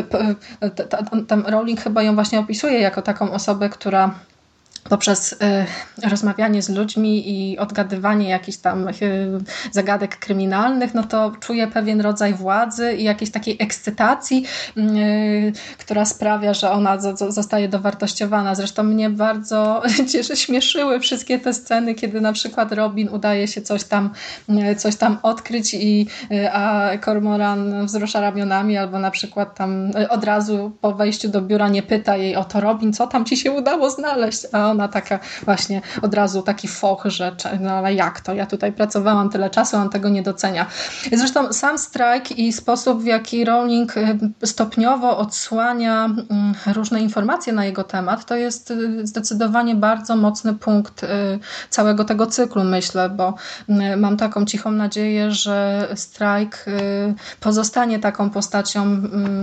tam Rowling chyba ją właśnie opisuje jako taką osobę, która poprzez rozmawianie z ludźmi i odgadywanie jakichś tam zagadek kryminalnych, no to czuje pewien rodzaj władzy i jakiejś takiej ekscytacji, która sprawia, że ona zostaje dowartościowana. Zresztą mnie bardzo śmieszyły wszystkie te sceny, kiedy na przykład Robin udaje się coś tam odkryć a Cormoran wzrusza ramionami, albo na przykład tam od razu po wejściu do biura nie pyta jej o to, Robin, co tam ci się udało znaleźć? A ona taka właśnie od razu taki foch, że no ale jak to? Ja tutaj pracowałam tyle czasu, on tego nie docenia. Zresztą sam strajk i sposób, w jaki Rowling stopniowo odsłania różne informacje na jego temat, to jest zdecydowanie bardzo mocny punkt całego tego cyklu, myślę, bo mam taką cichą nadzieję, że strajk pozostanie taką postacią,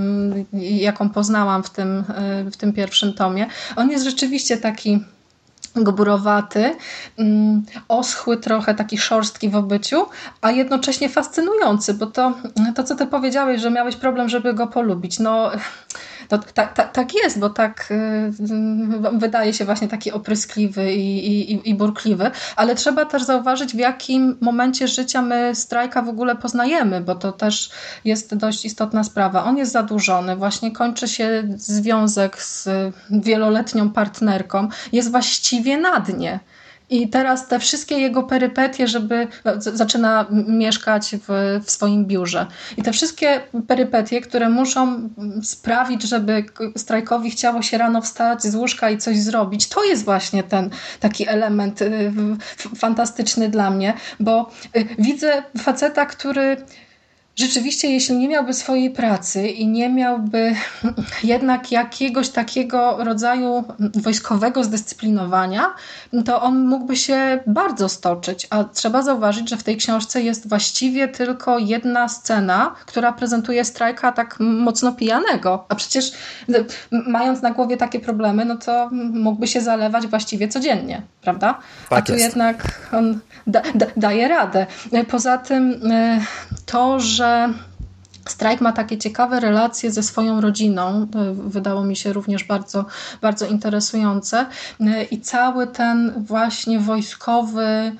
jaką poznałam w tym pierwszym tomie. On jest rzeczywiście taki gburowaty, oschły trochę, taki szorstki w obyciu, a jednocześnie fascynujący, bo to co ty powiedziałeś, że miałeś problem, żeby go polubić, no to tak jest, bo tak wydaje się właśnie taki opryskliwy i burkliwy, ale trzeba też zauważyć, w jakim momencie życia my strajka w ogóle poznajemy, bo to też jest dość istotna sprawa. On jest zadłużony, właśnie kończy się związek z wieloletnią partnerką, jest właściwie na dnie. I teraz te wszystkie jego perypetie, zaczyna mieszkać w swoim biurze. I te wszystkie perypetie, które muszą sprawić, żeby strajkowi chciało się rano wstać z łóżka i coś zrobić, to jest właśnie ten taki element fantastyczny dla mnie, bo widzę faceta, który rzeczywiście, jeśli nie miałby swojej pracy i nie miałby jednak jakiegoś takiego rodzaju wojskowego zdyscyplinowania, to on mógłby się bardzo stoczyć. A trzeba zauważyć, że w tej książce jest właściwie tylko jedna scena, która prezentuje strajka tak mocno pijanego. A przecież mając na głowie takie problemy, no to mógłby się zalewać właściwie codziennie, prawda? Tak a tu jest. jednak on daje radę. Poza tym to, że strajk ma takie ciekawe relacje ze swoją rodziną, wydało mi się również bardzo, bardzo interesujące i cały ten właśnie wojskowy,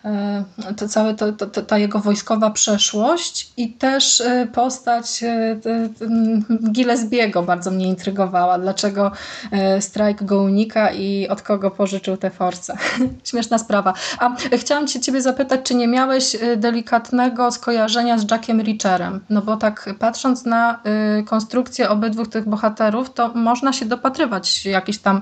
ta jego wojskowa przeszłość i też postać Gillespie'ego bardzo mnie intrygowała. Dlaczego strajk go unika i od kogo pożyczył te force. Śmieszna sprawa. A chciałam ciebie zapytać, czy nie miałeś delikatnego skojarzenia z Jackiem Reacherem? No bo tak patrząc na konstrukcję obydwu tych bohaterów, to można się dopatrywać jakichś tam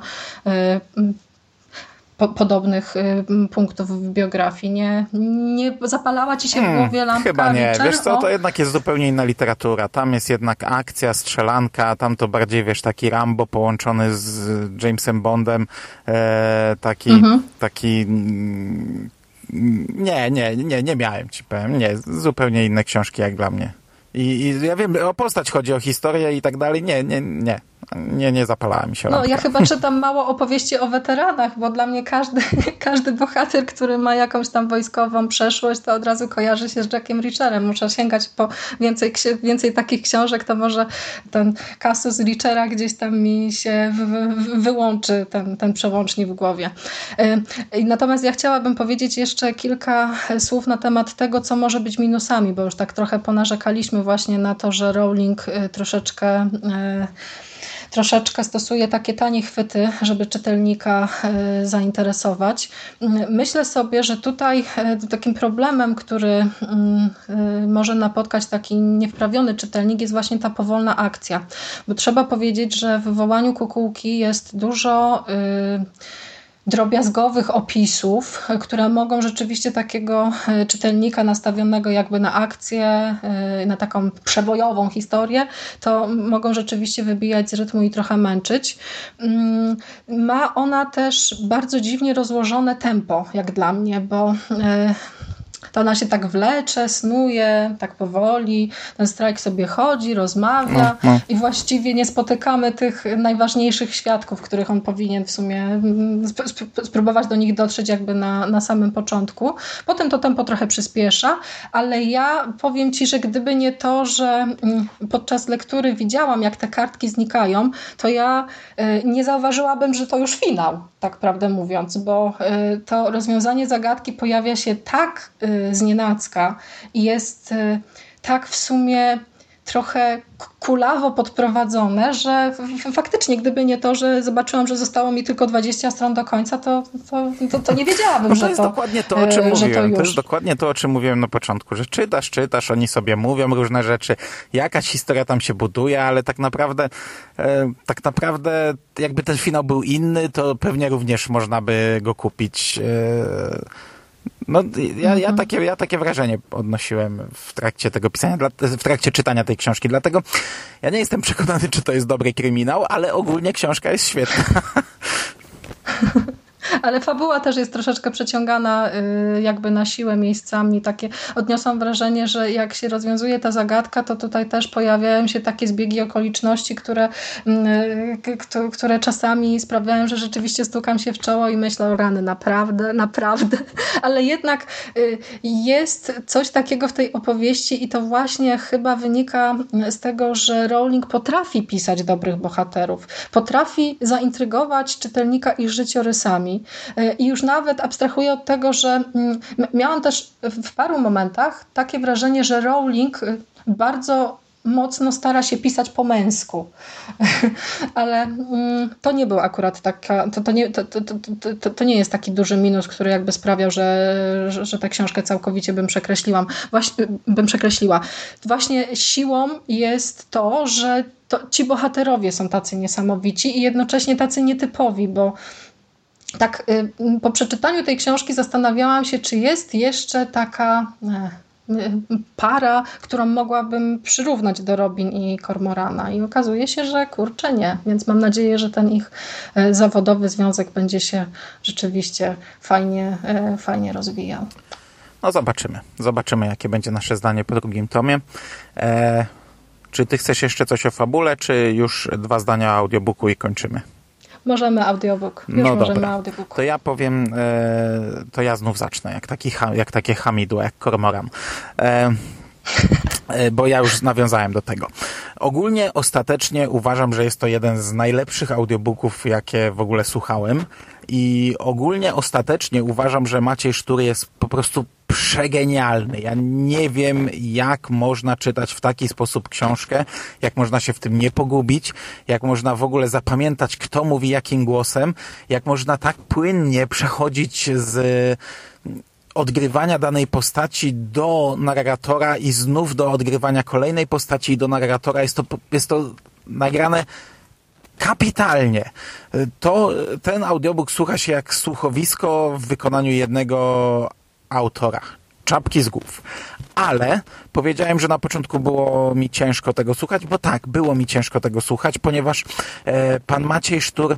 podobnych punktów w biografii. Nie zapalała ci się w głowie lampka? Chyba nie. Reacher? Wiesz co, to jednak jest zupełnie inna literatura. Tam jest jednak akcja, strzelanka, tam to bardziej, wiesz, taki Rambo połączony z Jamesem Bondem, taki nie miałem, ci powiem. Nie, zupełnie inne książki jak dla mnie. I ja wiem, o postać chodzi, o historię i tak dalej. Nie zapalała mi się lampka. No, ja chyba czytam mało opowieści o weteranach, bo dla mnie każdy bohater, który ma jakąś tam wojskową przeszłość, to od razu kojarzy się z Jackiem Reacherem. Muszę sięgać po więcej takich książek, to może ten kasus Reachera gdzieś tam mi się wyłączy, ten przełącznik w głowie. Natomiast ja chciałabym powiedzieć jeszcze kilka słów na temat tego, co może być minusami, bo już tak trochę ponarzekaliśmy właśnie na to, że Rowling troszeczkę stosuje takie tanie chwyty, żeby czytelnika zainteresować. Myślę sobie, że tutaj takim problemem, który może napotkać taki niewprawiony czytelnik, jest właśnie ta powolna akcja. Bo trzeba powiedzieć, że w Wołaniu Kukułki jest dużo drobiazgowych opisów, które mogą rzeczywiście takiego czytelnika nastawionego jakby na akcję, na taką przebojową historię, to mogą rzeczywiście wybijać z rytmu i trochę męczyć. Ma ona też bardzo dziwnie rozłożone tempo, jak dla mnie, bo to ona się tak wlecze, snuje, tak powoli, ten strajk sobie chodzi, rozmawia i właściwie nie spotykamy tych najważniejszych świadków, których on powinien w sumie spróbować do nich dotrzeć jakby na samym początku. Potem to tempo trochę przyspiesza, ale ja powiem ci, że gdyby nie to, że podczas lektury widziałam, jak te kartki znikają, to ja nie zauważyłabym, że to już finał, tak prawdę mówiąc, bo to rozwiązanie zagadki pojawia się tak znienacka i jest tak w sumie trochę kulawo podprowadzone, że faktycznie gdyby nie to, że zobaczyłam, że zostało mi tylko 20 stron do końca, to nie wiedziałabym, no że to jest dokładnie to, o czym mówiłem. To jest dokładnie to, o czym mówiłem na początku, że czytasz, oni sobie mówią różne rzeczy, jakaś historia tam się buduje, ale tak naprawdę jakby ten finał był inny, to pewnie również można by go kupić. No, ja takie wrażenie odnosiłem w trakcie tego pisania, w trakcie czytania tej książki, dlatego ja nie jestem przekonany, czy to jest dobry kryminał, ale ogólnie książka jest świetna. Ale fabuła też jest troszeczkę przeciągana jakby na siłę miejscami. Odniosłam wrażenie, że jak się rozwiązuje ta zagadka, to tutaj też pojawiają się takie zbiegi okoliczności, które czasami sprawiają, że rzeczywiście stukam się w czoło i myślę, o rany, naprawdę. Ale jednak jest coś takiego w tej opowieści i to właśnie chyba wynika z tego, że Rowling potrafi pisać dobrych bohaterów. Potrafi zaintrygować czytelnika ich życiorysami. I już nawet abstrahuję od tego, że miałam też w paru momentach takie wrażenie, że Rowling bardzo mocno stara się pisać po męsku. Ale to nie był akurat taka, to nie jest taki duży minus, który jakby sprawiał, że tę książkę całkowicie bym przekreśliła. Właśnie siłą jest to, że ci bohaterowie są tacy niesamowici i jednocześnie tacy nietypowi, bo tak po przeczytaniu tej książki zastanawiałam się, czy jest jeszcze taka para, którą mogłabym przyrównać do Robin i Cormorana. I okazuje się, że kurczę nie. Więc mam nadzieję, że ten ich zawodowy związek będzie się rzeczywiście fajnie rozwijał. No zobaczymy. Zobaczymy, jakie będzie nasze zdanie po drugim tomie. Czy ty chcesz jeszcze coś o fabule, czy już 2 zdania o audiobooku i kończymy? Możemy audiobook. Możemy dobra. audiobook. To ja powiem, to ja znów zacznę, jak takie hamidło, jak Cormoran. Bo ja już nawiązałem do tego. Ogólnie, ostatecznie uważam, że jest to jeden z najlepszych audiobooków, jakie w ogóle słuchałem. I ogólnie, ostatecznie uważam, że Maciej Sztur jest po prostu przegenialny. Ja nie wiem, jak można czytać w taki sposób książkę, jak można się w tym nie pogubić, jak można w ogóle zapamiętać, kto mówi jakim głosem, jak można tak płynnie przechodzić z odgrywania danej postaci do narratora i znów do odgrywania kolejnej postaci i do narratora. Jest to nagrane kapitalnie. Ten audiobook słucha się jak słuchowisko w wykonaniu jednego autora. Czapki z głów. Ale powiedziałem, że na początku było mi ciężko tego słuchać, bo tak, było mi ciężko tego słuchać, ponieważ pan Maciej Sztur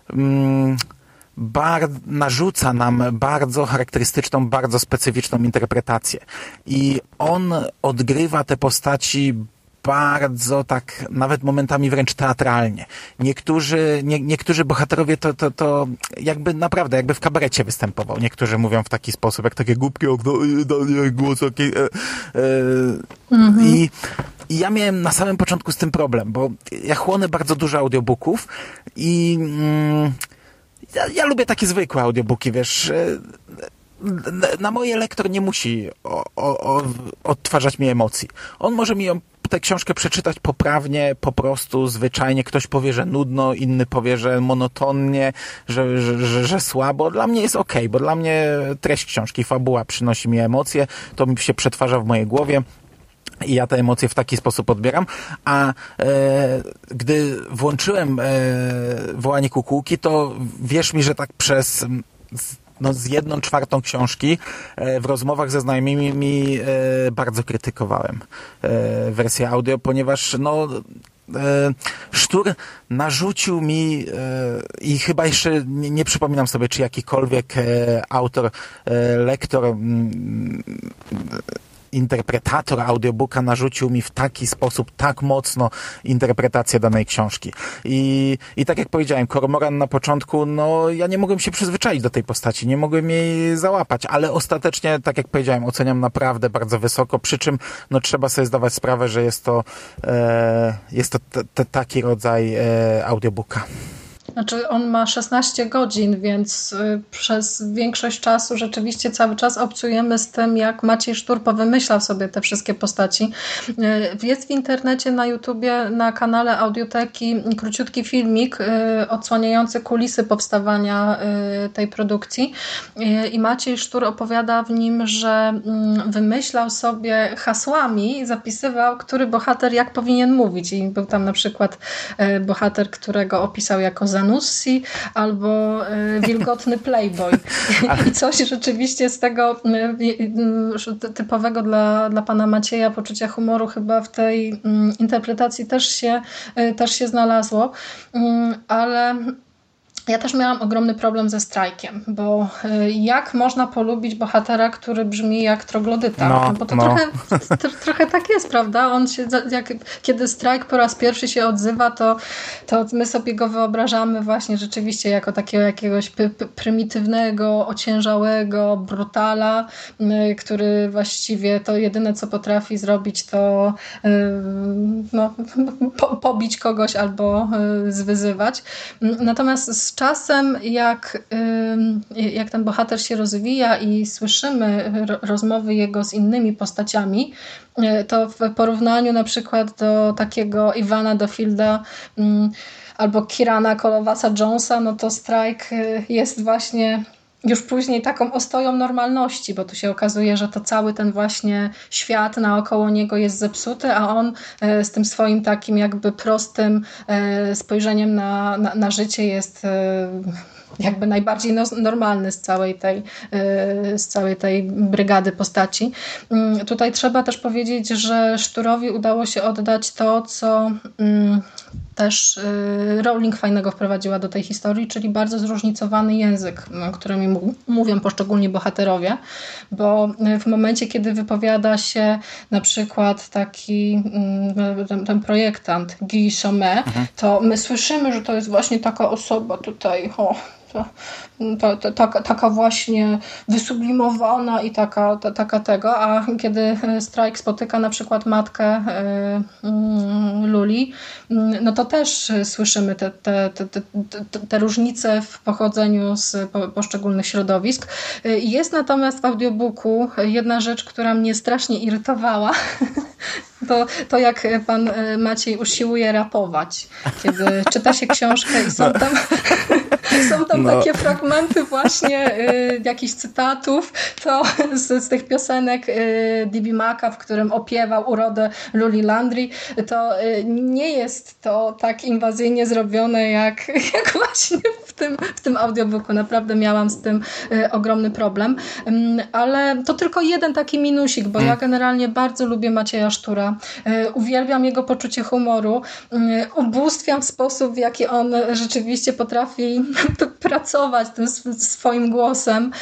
narzuca nam bardzo charakterystyczną, bardzo specyficzną interpretację. I on odgrywa te postaci bardzo tak, nawet momentami wręcz teatralnie. Niektórzy bohaterowie to jakby naprawdę, jakby w kabarecie występował. Niektórzy mówią w taki sposób, jak takie głupkie okno, głos, I ja miałem na samym początku z tym problem, bo ja chłonę bardzo dużo audiobooków i ja lubię takie zwykłe audiobooki, wiesz. Na moje lektor nie musi odtwarzać mi emocji. On może mi tę książkę przeczytać poprawnie, po prostu, zwyczajnie. Ktoś powie, że nudno, inny powie, że monotonnie, że słabo. Dla mnie jest okej, bo dla mnie treść książki, fabuła przynosi mi emocje, to mi się przetwarza w mojej głowie. I ja te emocje w taki sposób odbieram, a gdy włączyłem Wołanie Kukułki, to wierz mi, że tak przez z 1/4 książki w rozmowach ze znajomymi bardzo krytykowałem wersję audio, ponieważ Sztur narzucił mi i chyba jeszcze nie przypominam sobie, czy jakikolwiek autor, lektor, interpretator audiobooka narzucił mi w taki sposób, tak mocno interpretację danej książki. I tak jak powiedziałem, Cormoran na początku, ja nie mogłem się przyzwyczaić do tej postaci, nie mogłem jej załapać, ale ostatecznie, tak jak powiedziałem, oceniam naprawdę bardzo wysoko, przy czym trzeba sobie zdawać sprawę, że jest to taki rodzaj audiobooka. Znaczy on ma 16 godzin, więc przez większość czasu rzeczywiście cały czas obcujemy z tym, jak Maciej Sztur powymyślał sobie te wszystkie postaci. Jest w internecie, na YouTubie, na kanale Audioteki króciutki filmik odsłaniający kulisy powstawania tej produkcji i Maciej Sztur opowiada w nim, że wymyślał sobie hasłami i zapisywał, który bohater jak powinien mówić. I był tam na przykład bohater, którego opisał jako Zanussi albo wilgotny playboy. I coś rzeczywiście z tego typowego dla pana Macieja poczucia humoru chyba w tej interpretacji też się znalazło, ale ja też miałam ogromny problem ze strajkiem, bo jak można polubić bohatera, który brzmi jak troglodyta? Bo to trochę tak jest, prawda? On się, kiedy strajk po raz pierwszy się odzywa, to my sobie go wyobrażamy właśnie rzeczywiście jako takiego jakiegoś prymitywnego, ociężałego brutala, który właściwie to jedyne, co potrafi zrobić, to pobić kogoś albo zwyzywać. Natomiast z czasem, jak ten bohater się rozwija i słyszymy rozmowy jego z innymi postaciami, to w porównaniu na przykład do takiego Ivana Dofielda albo Kirana Kolowasa-Jonesa, no to strajk jest właśnie już później taką ostoją normalności, bo tu się okazuje, że to cały ten właśnie świat naokoło niego jest zepsuty, a on z tym swoim takim jakby prostym spojrzeniem na życie jest jakby najbardziej normalny z całej tej brygady postaci. Tutaj trzeba też powiedzieć, że Szturowi udało się oddać to, co też Rowling fajnego wprowadziła do tej historii, czyli bardzo zróżnicowany język, którymi mówią poszczególni bohaterowie, bo w momencie, kiedy wypowiada się na przykład taki ten projektant Guy Chaumet, to my słyszymy, że to jest właśnie taka osoba tutaj, taka właśnie wysublimowana i taka tego, a kiedy strajk spotyka na przykład matkę Luli, no to też słyszymy te różnice w pochodzeniu z poszczególnych środowisk. Jest natomiast w audiobooku jedna rzecz, która mnie strasznie irytowała, to jak pan Maciej usiłuje rapować, kiedy czyta się książkę i są tam takie fragmenty właśnie jakichś cytatów, to z tych piosenek D.B. Maca, w którym opiewał urodę Luli Landry, to nie jest to tak inwazyjnie zrobione jak właśnie w tym audiobooku. Naprawdę miałam z tym ogromny problem. Ale to tylko jeden taki minusik, bo ja generalnie bardzo lubię Macieja Sztura. Uwielbiam jego poczucie humoru. Ubóstwiam sposób, w jaki on rzeczywiście potrafi pracować tym swoim głosem.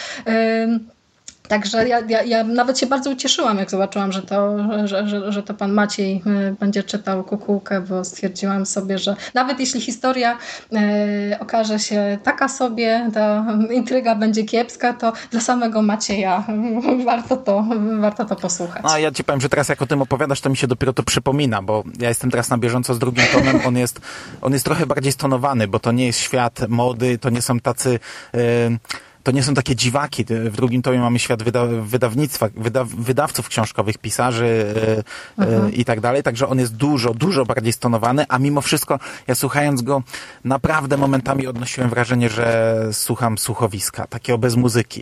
Także ja nawet się bardzo ucieszyłam, jak zobaczyłam, że to pan Maciej będzie czytał Kukułkę, bo stwierdziłam sobie, że nawet jeśli historia okaże się taka sobie, ta intryga będzie kiepska, to dla samego Macieja warto to posłuchać. No, ja ci powiem, że teraz jak o tym opowiadasz, to mi się dopiero to przypomina, bo ja jestem teraz na bieżąco z drugim tomem. On jest trochę bardziej stonowany, bo to nie jest świat mody, to nie są tacy... To nie są takie dziwaki. W drugim tomie mamy świat wydawnictwa, wydawców książkowych, pisarzy i tak dalej. Także on jest dużo bardziej stonowany, a mimo wszystko ja słuchając go naprawdę momentami odnosiłem wrażenie, że słucham słuchowiska, takiego bez muzyki.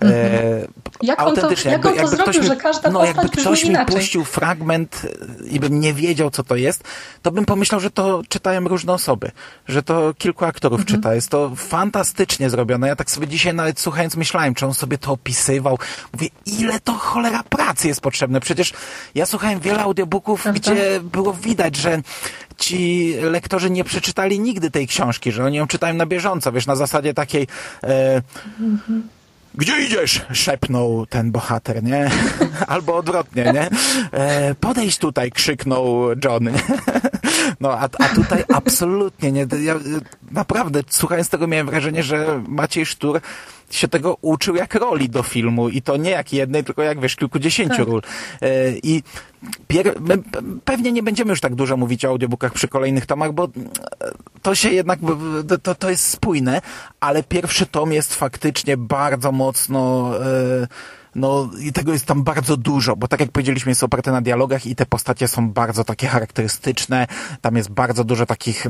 Jak on to zrobił, że każda postać jakby ktoś mi inaczej. puścił fragment i bym nie wiedział, co to jest, to bym pomyślał, że to czytają różne osoby, że to kilku aktorów czyta. Jest to fantastycznie zrobione. Ja tak sobie dzisiaj nawet słuchając myślałem, czy on sobie to opisywał. Mówię, ile to cholera pracy jest potrzebne. Przecież ja słuchałem wiele audiobooków, gdzie było widać, że ci lektorzy nie przeczytali nigdy tej książki, że oni ją czytają na bieżąco, wiesz, na zasadzie takiej gdzie idziesz? Szepnął ten bohater, nie? Albo odwrotnie, nie? Podejdź tutaj, krzyknął John, nie? No, a tutaj absolutnie nie. Ja naprawdę, słuchając tego, miałem wrażenie, że Maciej Sztur się tego uczył jak roli do filmu i to nie jak jednej, tylko jak wiesz, kilkudziesięciu ról. I my pewnie nie będziemy już tak dużo mówić o audiobookach przy kolejnych tomach, bo to się jednak, to jest spójne, ale pierwszy tom jest faktycznie bardzo mocno i tego jest tam bardzo dużo, bo tak jak powiedzieliśmy, jest oparte na dialogach i te postacie są bardzo takie charakterystyczne, tam jest bardzo dużo takich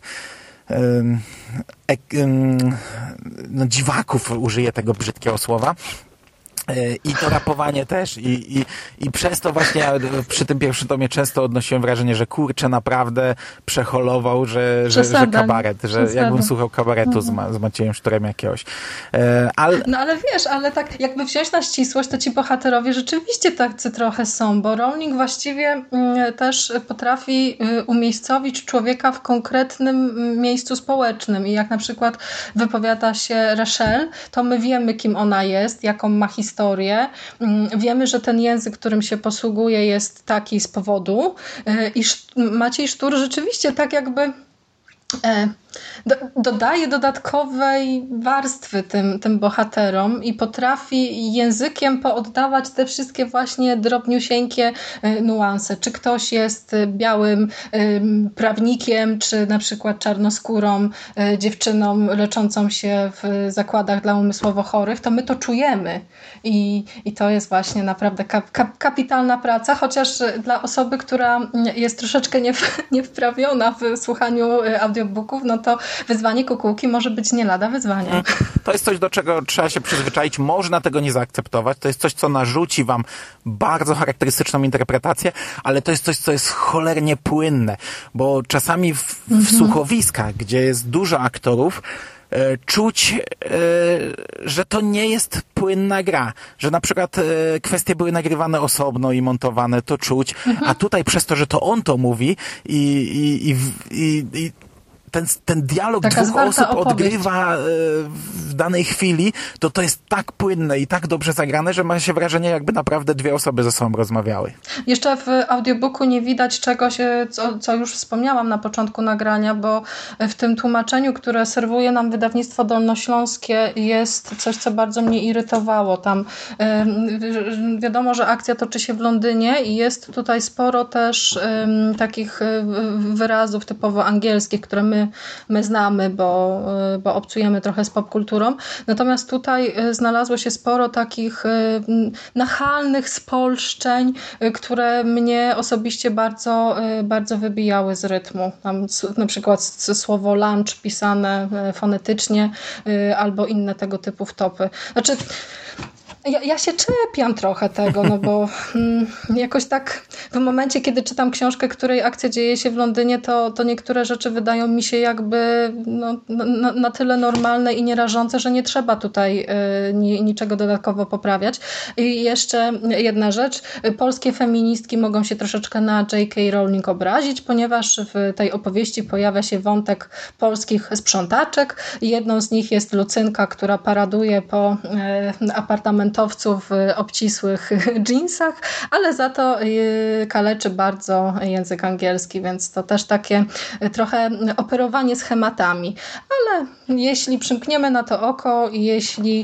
dziwaków, użyję tego brzydkiego słowa. I to rapowanie też. I przez to właśnie ja przy tym pierwszym tomie często odnosiłem wrażenie, że kurczę, naprawdę przeholował, że kabaret, że jakbym słuchał kabaretu z Maciejem Szturem jakiegoś. No ale wiesz, ale tak jakby wziąć na ścisłość, to ci bohaterowie rzeczywiście tacy trochę są, bo Rowling właściwie też potrafi umiejscowić człowieka w konkretnym miejscu społecznym i jak na przykład wypowiada się Rachel, to my wiemy, kim ona jest, jaką ma historię. Wiemy, że ten język, którym się posługuje, jest taki z powodu i Maciej Sztur rzeczywiście tak jakby dodaje dodatkowej warstwy tym bohaterom i potrafi językiem pooddawać te wszystkie właśnie drobniusieńkie nuanse. Czy ktoś jest białym prawnikiem, czy na przykład czarnoskórą dziewczyną leczącą się w zakładach dla umysłowo chorych, to my to czujemy. I to jest właśnie naprawdę kapitalna praca, chociaż dla osoby, która jest troszeczkę niewprawiona w słuchaniu audiobooków, no to wyzwanie kukułki może być nie lada wyzwanie. To jest coś, do czego trzeba się przyzwyczaić. Można tego nie zaakceptować. To jest coś, co narzuci wam bardzo charakterystyczną interpretację, ale to jest coś, co jest cholernie płynne, bo czasami w słuchowiskach, gdzie jest dużo aktorów, czuć, że to nie jest płynna gra, że na przykład kwestie były nagrywane osobno i montowane, to czuć, a tutaj przez to, że to on to mówi i ten dialog taka dwóch osób opowieść odgrywa w danej chwili, to jest tak płynne i tak dobrze zagrane, że ma się wrażenie, jakby naprawdę dwie osoby ze sobą rozmawiały. Jeszcze w audiobooku nie widać czegoś, co już wspomniałam na początku nagrania, bo w tym tłumaczeniu, które serwuje nam wydawnictwo dolnośląskie, jest coś, co bardzo mnie irytowało. Tam wiadomo, że akcja toczy się w Londynie i jest tutaj sporo też takich wyrazów typowo angielskich, które my znamy, bo obcujemy trochę z popkulturą. Natomiast tutaj znalazło się sporo takich nachalnych spolszczeń, które mnie osobiście bardzo, bardzo wybijały z rytmu. Tam na przykład słowo lunch pisane fonetycznie albo inne tego typu wtopy. Znaczy ja się czepiam trochę tego, no bo jakoś tak w momencie, kiedy czytam książkę, której akcja dzieje się w Londynie, to niektóre rzeczy wydają mi się jakby na tyle normalne i nierażące, że nie trzeba tutaj niczego dodatkowo poprawiać. I jeszcze jedna rzecz. Polskie feministki mogą się troszeczkę na J.K. Rowling obrazić, ponieważ w tej opowieści pojawia się wątek polskich sprzątaczek. Jedną z nich jest Lucynka, która paraduje po apartamentowcu w obcisłych dżinsach, ale za to kaleczy bardzo język angielski, więc to też takie trochę operowanie schematami. Ale jeśli przymkniemy na to oko i jeśli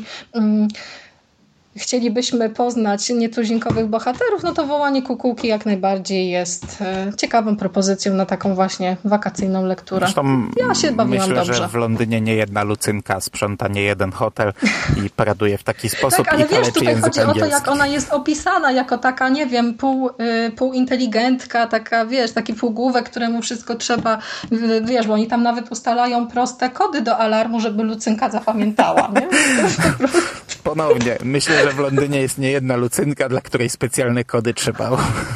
chcielibyśmy poznać nietuzinkowych bohaterów, no to Wołanie kukułki jak najbardziej jest ciekawą propozycją na taką właśnie wakacyjną lekturę. Zresztą ja się bawiłam myślę, dobrze. że w Londynie nie jedna Lucynka sprząta nie jeden hotel i paraduje w taki sposób tak, ale i kaleczy wiesz, tutaj język chodzi angielski. o to, jak ona jest opisana jako taka, nie wiem, półinteligentka, taka, wiesz, taki półgłówek, któremu wszystko trzeba, wiesz, bo oni tam nawet ustalają proste kody do alarmu, żeby Lucynka zapamiętała, nie? Ponownie, myślę, że w Londynie jest nie jedna Lucynka, dla której specjalne kody trzeba.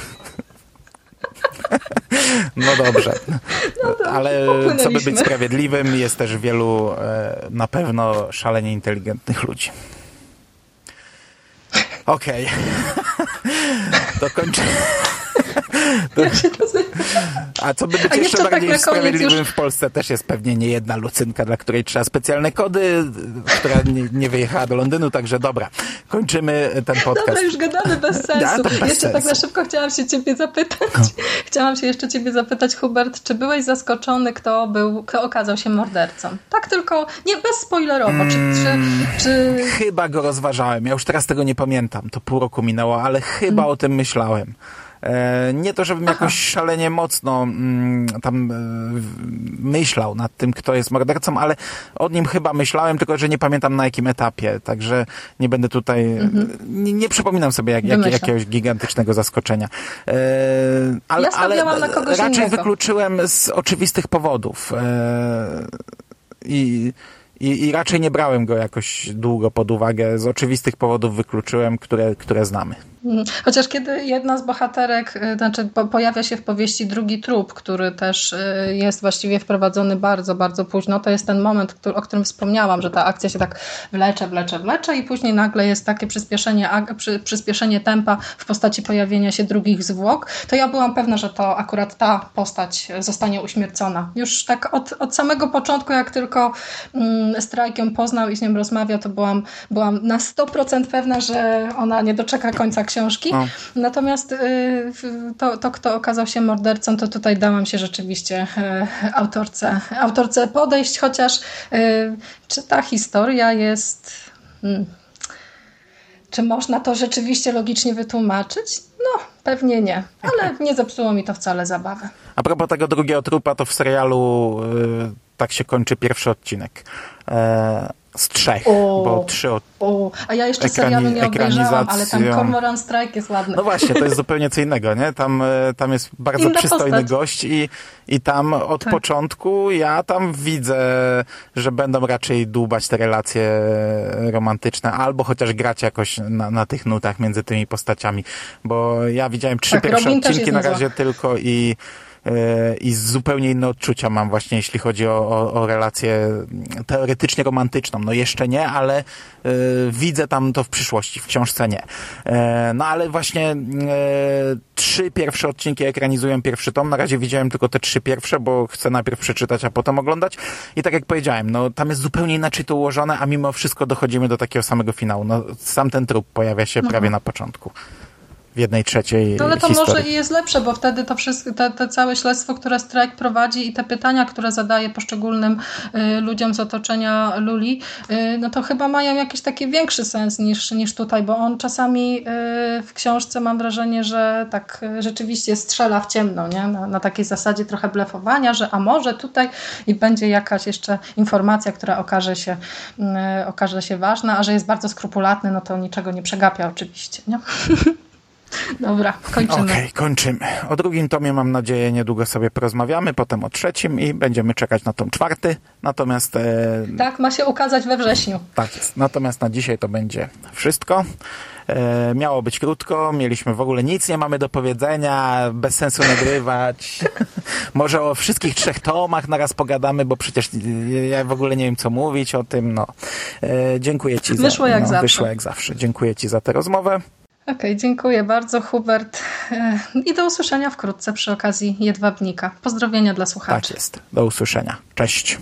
No dobrze. Ale co by być sprawiedliwym, jest też wielu na pewno szalenie inteligentnych ludzi. Okej. Jak się nazywa? A co by być jeszcze tak bardziej na koniec sprawiedliwym, już- w Polsce też jest pewnie nie jedna lucynka, dla której trzeba specjalne kody, która nie wyjechała do Londynu, także dobra, kończymy ten podcast. Dobra, już gadamy bez sensu. to bez Jeszcze tak sensu. na szybko chciałam się ciebie zapytać, Hubert, czy byłeś zaskoczony, kto okazał się mordercą? Tak tylko, nie bezspoilerowo, czy... Chyba go rozważałem, ja już teraz tego nie pamiętam, to pół roku minęło, ale chyba o tym myślałem. Nie to, żebym jakoś szalenie mocno myślał nad tym, kto jest mordercą, ale o nim chyba myślałem, tylko że nie pamiętam na jakim etapie, także nie będę tutaj, nie przypominam sobie jakiegoś gigantycznego zaskoczenia. Ale, Ja stawiałam na kogoś raczej innego. wykluczyłem z oczywistych powodów. I raczej nie brałem go jakoś długo pod uwagę. Z oczywistych powodów wykluczyłem, które znamy. Chociaż kiedy jedna z bohaterek, pojawia się w powieści drugi trup, który też jest właściwie wprowadzony bardzo, bardzo późno, to jest ten moment, o którym wspomniałam, że ta akcja się tak wlecze i później nagle jest takie przyspieszenie tempa w postaci pojawienia się drugich zwłok, to ja byłam pewna, że to akurat ta postać zostanie uśmiercona. Już tak od samego początku, jak tylko Strike ją poznał i z nią rozmawiał, to byłam na 100% pewna, że ona nie doczeka końca książki. No. Natomiast to, kto okazał się mordercą, to tutaj dałam się rzeczywiście autorce podejść, chociaż czy ta historia jest... Czy można to rzeczywiście logicznie wytłumaczyć? No, pewnie nie. Ale nie zepsuło mi to wcale zabawy. A propos tego drugiego trupa, to w serialu tak się kończy pierwszy odcinek. Z 3, bo 3 a ja jeszcze serialu nie obejrzałam, ale tam Cormoran Strike jest ładny. No właśnie, to jest zupełnie co innego, nie? Tam jest bardzo Inna przystojny postać. gość i tam od początku ja tam widzę, że będą raczej dłubać te relacje romantyczne, albo chociaż grać jakoś na tych nutach między tymi postaciami, bo ja widziałem 3 pierwsze Robin też odcinki jest na razie tylko i zupełnie inne odczucia mam właśnie, jeśli chodzi o relację teoretycznie romantyczną. No jeszcze nie, ale widzę tam to w przyszłości, w książce nie. No ale właśnie 3 pierwsze odcinki ekranizują pierwszy tom. Na razie widziałem tylko te 3 pierwsze, bo chcę najpierw przeczytać, a potem oglądać. I tak jak powiedziałem, no tam jest zupełnie inaczej to ułożone, a mimo wszystko dochodzimy do takiego samego finału. No sam ten trup pojawia się prawie na początku. W 1/3 No ale to historii. może i jest lepsze, bo wtedy to wszystko, te całe śledztwo, które Strike prowadzi i te pytania, które zadaje poszczególnym ludziom z otoczenia Luli, no to chyba mają jakiś taki większy sens niż tutaj, bo on czasami w książce mam wrażenie, że tak rzeczywiście strzela w ciemno, nie? Na takiej zasadzie trochę blefowania, że a może tutaj i będzie jakaś jeszcze informacja, która okaże się ważna, a że jest bardzo skrupulatny, no to niczego nie przegapia oczywiście, nie? Dobra, kończymy. Okej, kończymy. O drugim tomie mam nadzieję niedługo sobie porozmawiamy, potem o trzecim i będziemy czekać na tom 4. Natomiast... Tak, ma się ukazać we wrześniu. Tak jest. Natomiast na dzisiaj to będzie wszystko. Miało być krótko, mieliśmy w ogóle nic nie mamy do powiedzenia, bez sensu nagrywać. Może o wszystkich 3 tomach naraz pogadamy, bo przecież ja w ogóle nie wiem, co mówić o tym. No. Dziękuję Ci Wyszło jak zawsze. Wyszło jak zawsze. Dziękuję Ci za tę rozmowę. Okej, dziękuję bardzo, Hubert. I do usłyszenia wkrótce przy okazji Jedwabnika. Pozdrowienia dla słuchaczy. Tak jest. Do usłyszenia. Cześć.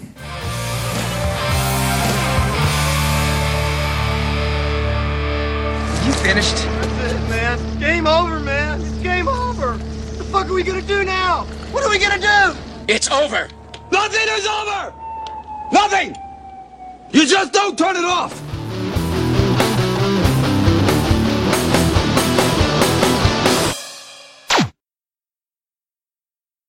You finished? That's it, man. Game over, man. It's game over. What the fuck are we gonna do now? What are we gonna do? It's over! Nothing is over! Nothing! You just don't turn it off!